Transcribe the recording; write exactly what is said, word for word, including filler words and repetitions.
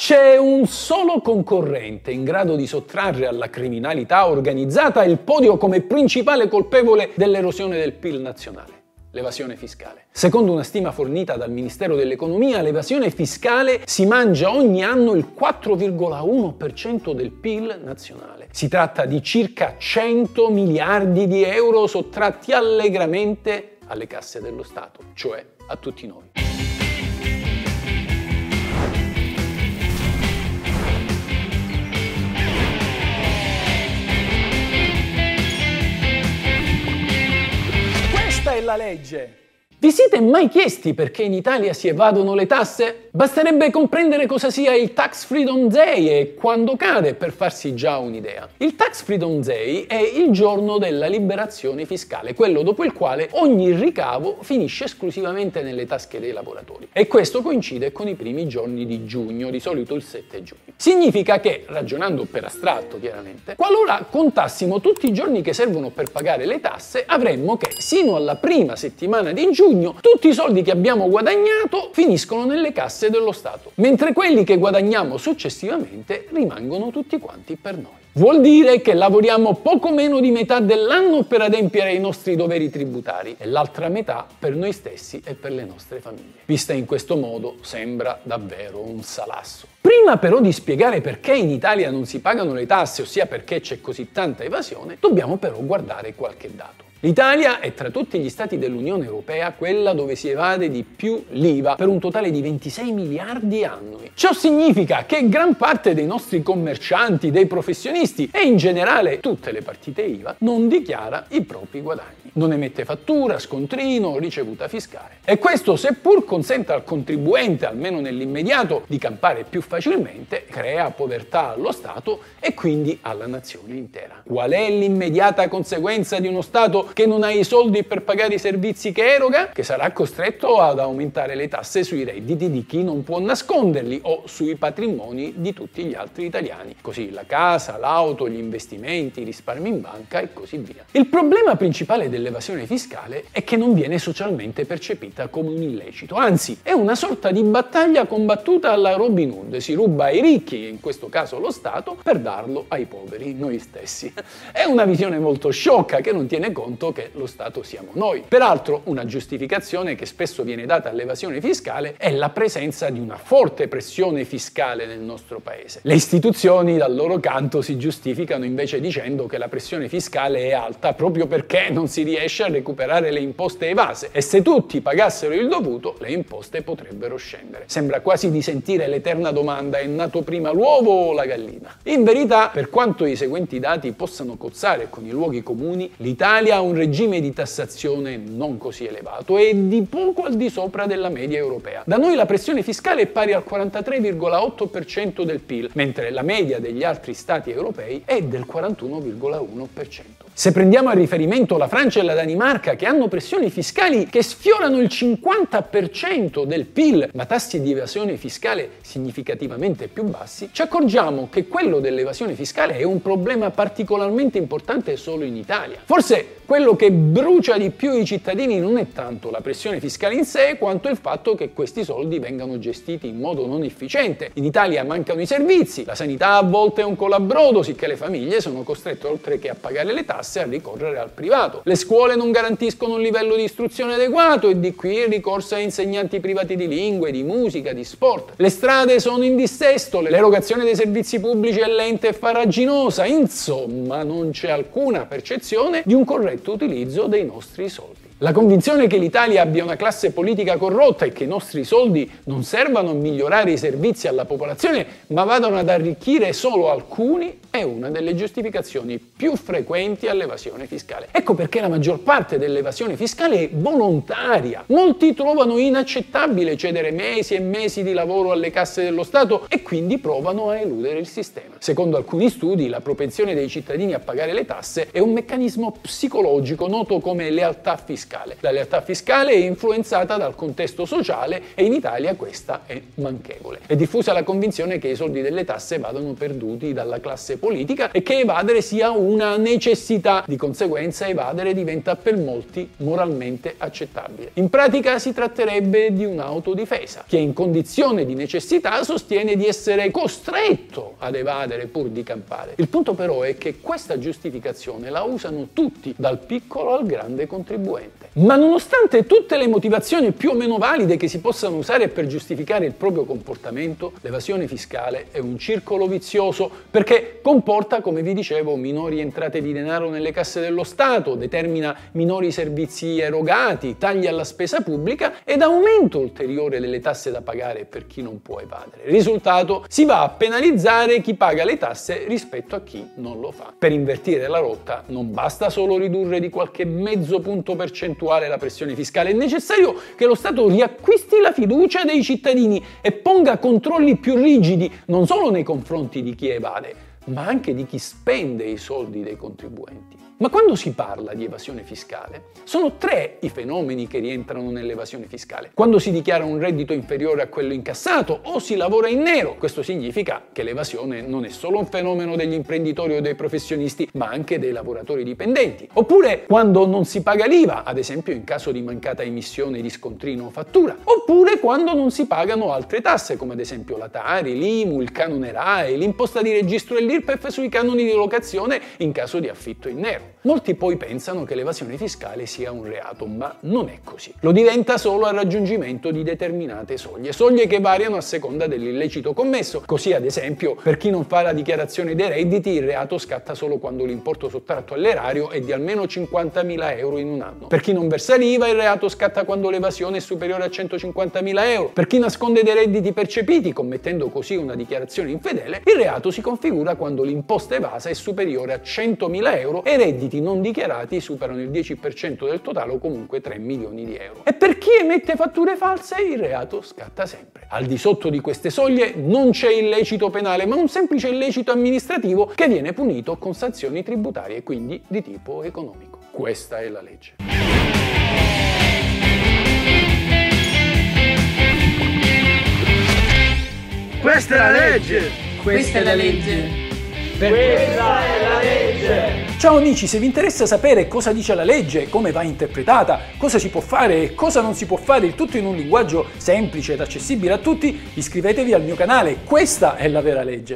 C'è un solo concorrente in grado di sottrarre alla criminalità organizzata il podio come principale colpevole dell'erosione del P I L nazionale: l'evasione fiscale. Secondo una stima fornita dal Ministero dell'Economia, l'evasione fiscale si mangia ogni anno il quattro virgola uno per cento del P I L nazionale. Si tratta di circa cento miliardi di euro sottratti allegramente alle casse dello Stato, cioè a tutti noi. Questa è la legge. Vi siete mai chiesti perché in Italia si evadono le tasse? Basterebbe comprendere cosa sia il Tax Freedom Day e quando cade per farsi già un'idea. Il Tax Freedom Day è il giorno della liberazione fiscale, quello dopo il quale ogni ricavo finisce esclusivamente nelle tasche dei lavoratori. E questo coincide con i primi giorni di giugno, di solito il sette giugno. Significa che, ragionando per astratto chiaramente, qualora contassimo tutti i giorni che servono per pagare le tasse, avremmo che sino alla prima settimana di giugno tutti i soldi che abbiamo guadagnato finiscono nelle casse dello Stato, mentre quelli che guadagniamo successivamente rimangono tutti quanti per noi. Vuol dire che lavoriamo poco meno di metà dell'anno per adempiere ai nostri doveri tributari e l'altra metà per noi stessi e per le nostre famiglie. Vista in questo modo sembra davvero un salasso. Prima però di spiegare perché in Italia non si pagano le tasse, ossia perché c'è così tanta evasione, dobbiamo però guardare qualche dato. L'Italia è tra tutti gli stati dell'Unione Europea quella dove si evade di più l'I V A, per un totale di ventisei miliardi annui. Ciò significa che gran parte dei nostri commercianti, dei professionisti e in generale tutte le partite I V A non dichiara i propri guadagni. Non emette fattura, scontrino o ricevuta fiscale. E questo, seppur consente al contribuente, almeno nell'immediato, di campare più facilmente, crea povertà allo Stato e quindi alla nazione intera. Qual è l'immediata conseguenza di uno Stato che non ha i soldi per pagare i servizi che eroga? Che sarà costretto ad aumentare le tasse sui redditi di chi non può nasconderli o sui patrimoni di tutti gli altri italiani. Così la casa, l'auto, gli investimenti, i risparmi in banca e così via. Il problema principale dell'evasione fiscale è che non viene socialmente percepita come un illecito, anzi è una sorta di battaglia combattuta alla Robin Hood. Si ruba ai ricchi, in questo caso lo Stato, per darlo ai poveri, noi stessi. È una visione molto sciocca che non tiene conto che lo Stato siamo noi. Peraltro, una giustificazione che spesso viene data all'evasione fiscale è la presenza di una forte pressione fiscale nel nostro paese. Le istituzioni, dal loro canto, si giustificano invece dicendo che la pressione fiscale è alta proprio perché non si riesce a recuperare le imposte evase e se tutti pagassero il dovuto, le imposte potrebbero scendere. Sembra quasi di sentire l'eterna domanda: è nato prima l'uovo o la gallina? In verità, per quanto i seguenti dati possano cozzare con i luoghi comuni, l'Italia ha un regime di tassazione non così elevato e di poco al di sopra della media europea. Da noi la pressione fiscale è pari al quarantatré virgola otto per cento del P I L, mentre la media degli altri stati europei è del quarantuno virgola uno per cento. Se prendiamo a riferimento la Francia e la Danimarca, che hanno pressioni fiscali che sfiorano il cinquanta per cento del P I L, ma tassi di evasione fiscale significativamente più bassi, ci accorgiamo che quello dell'evasione fiscale è un problema particolarmente importante solo in Italia. Forse quello che brucia di più i cittadini non è tanto la pressione fiscale in sé, quanto il fatto che questi soldi vengano gestiti in modo non efficiente. In Italia mancano i servizi, la sanità a volte è un colabrodo, sicché le famiglie sono costrette, oltre che a pagare le tasse, a ricorrere al privato. Le scuole non garantiscono un livello di istruzione adeguato e di qui il ricorso a insegnanti privati di lingue, di musica, di sport. Le strade sono in dissesto, l'erogazione dei servizi pubblici è lenta e farraginosa, insomma non c'è alcuna percezione di un corretto utilizzo dei nostri soldi. La convinzione che l'Italia abbia una classe politica corrotta e che i nostri soldi non servano a migliorare i servizi alla popolazione, ma vadano ad arricchire solo alcuni, è una delle giustificazioni più frequenti all'evasione fiscale. Ecco perché la maggior parte dell'evasione fiscale è volontaria. Molti trovano inaccettabile cedere mesi e mesi di lavoro alle casse dello Stato e quindi provano a eludere il sistema. Secondo alcuni studi, la propensione dei cittadini a pagare le tasse è un meccanismo psicologico noto come lealtà fiscale. fiscale. La lealtà fiscale è influenzata dal contesto sociale e in Italia questa è manchevole. È diffusa la convinzione che i soldi delle tasse vadano perduti dalla classe politica e che evadere sia una necessità. Di conseguenza evadere diventa per molti moralmente accettabile. In pratica si tratterebbe di un'autodifesa. Chi è in condizione di necessità sostiene di essere costretto ad evadere pur di campare. Il punto però è che questa giustificazione la usano tutti, dal piccolo al grande contribuente. Ma nonostante tutte le motivazioni più o meno valide che si possano usare per giustificare il proprio comportamento, l'evasione fiscale è un circolo vizioso perché comporta, come vi dicevo, minori entrate di denaro nelle casse dello Stato, determina minori servizi erogati, tagli alla spesa pubblica ed aumento ulteriore delle tasse da pagare per chi non può evadere. Il risultato? Si va a penalizzare chi paga le tasse rispetto a chi non lo fa. Per invertire la rotta non basta solo ridurre di qualche mezzo punto percentuale la pressione fiscale, è necessario che lo Stato riacquisti la fiducia dei cittadini e ponga controlli più rigidi non solo nei confronti di chi evade, ma anche di chi spende i soldi dei contribuenti. Ma quando si parla di evasione fiscale, sono tre i fenomeni che rientrano nell'evasione fiscale. Quando si dichiara un reddito inferiore a quello incassato o si lavora in nero. Questo significa che l'evasione non è solo un fenomeno degli imprenditori o dei professionisti, ma anche dei lavoratori dipendenti. Oppure quando non si paga l'I V A, ad esempio in caso di mancata emissione di scontrino o fattura. Oppure quando non si pagano altre tasse, come ad esempio la Tari, l'I M U, il canone RAEE, l'imposta di registro e l'I R P E F sui canoni di locazione in caso di affitto in nero. Molti poi pensano che l'evasione fiscale sia un reato, ma non è così. Lo diventa solo al raggiungimento di determinate soglie, soglie che variano a seconda dell'illecito commesso. Così, ad esempio, per chi non fa la dichiarazione dei redditi, il reato scatta solo quando l'importo sottratto all'erario è di almeno cinquantamila euro in un anno. Per chi non versa l'I V A, il reato scatta quando l'evasione è superiore a centocinquantamila euro. Per chi nasconde dei redditi percepiti, commettendo così una dichiarazione infedele, il reato si configura quando l'imposta evasa è superiore a centomila euro e i redditi non dichiarati superano il dieci per cento del totale o comunque tre milioni di euro. E per chi emette fatture false il reato scatta sempre. Al di sotto di queste soglie non c'è illecito penale, ma un semplice illecito amministrativo che viene punito con sanzioni tributarie, quindi di tipo economico. Questa è la legge. Questa è la legge! Questa è la legge! Questa è la legge! Ciao amici, se vi interessa sapere cosa dice la legge, come va interpretata, cosa si può fare e cosa non si può fare, il tutto in un linguaggio semplice ed accessibile a tutti, iscrivetevi al mio canale. Questa è la vera legge.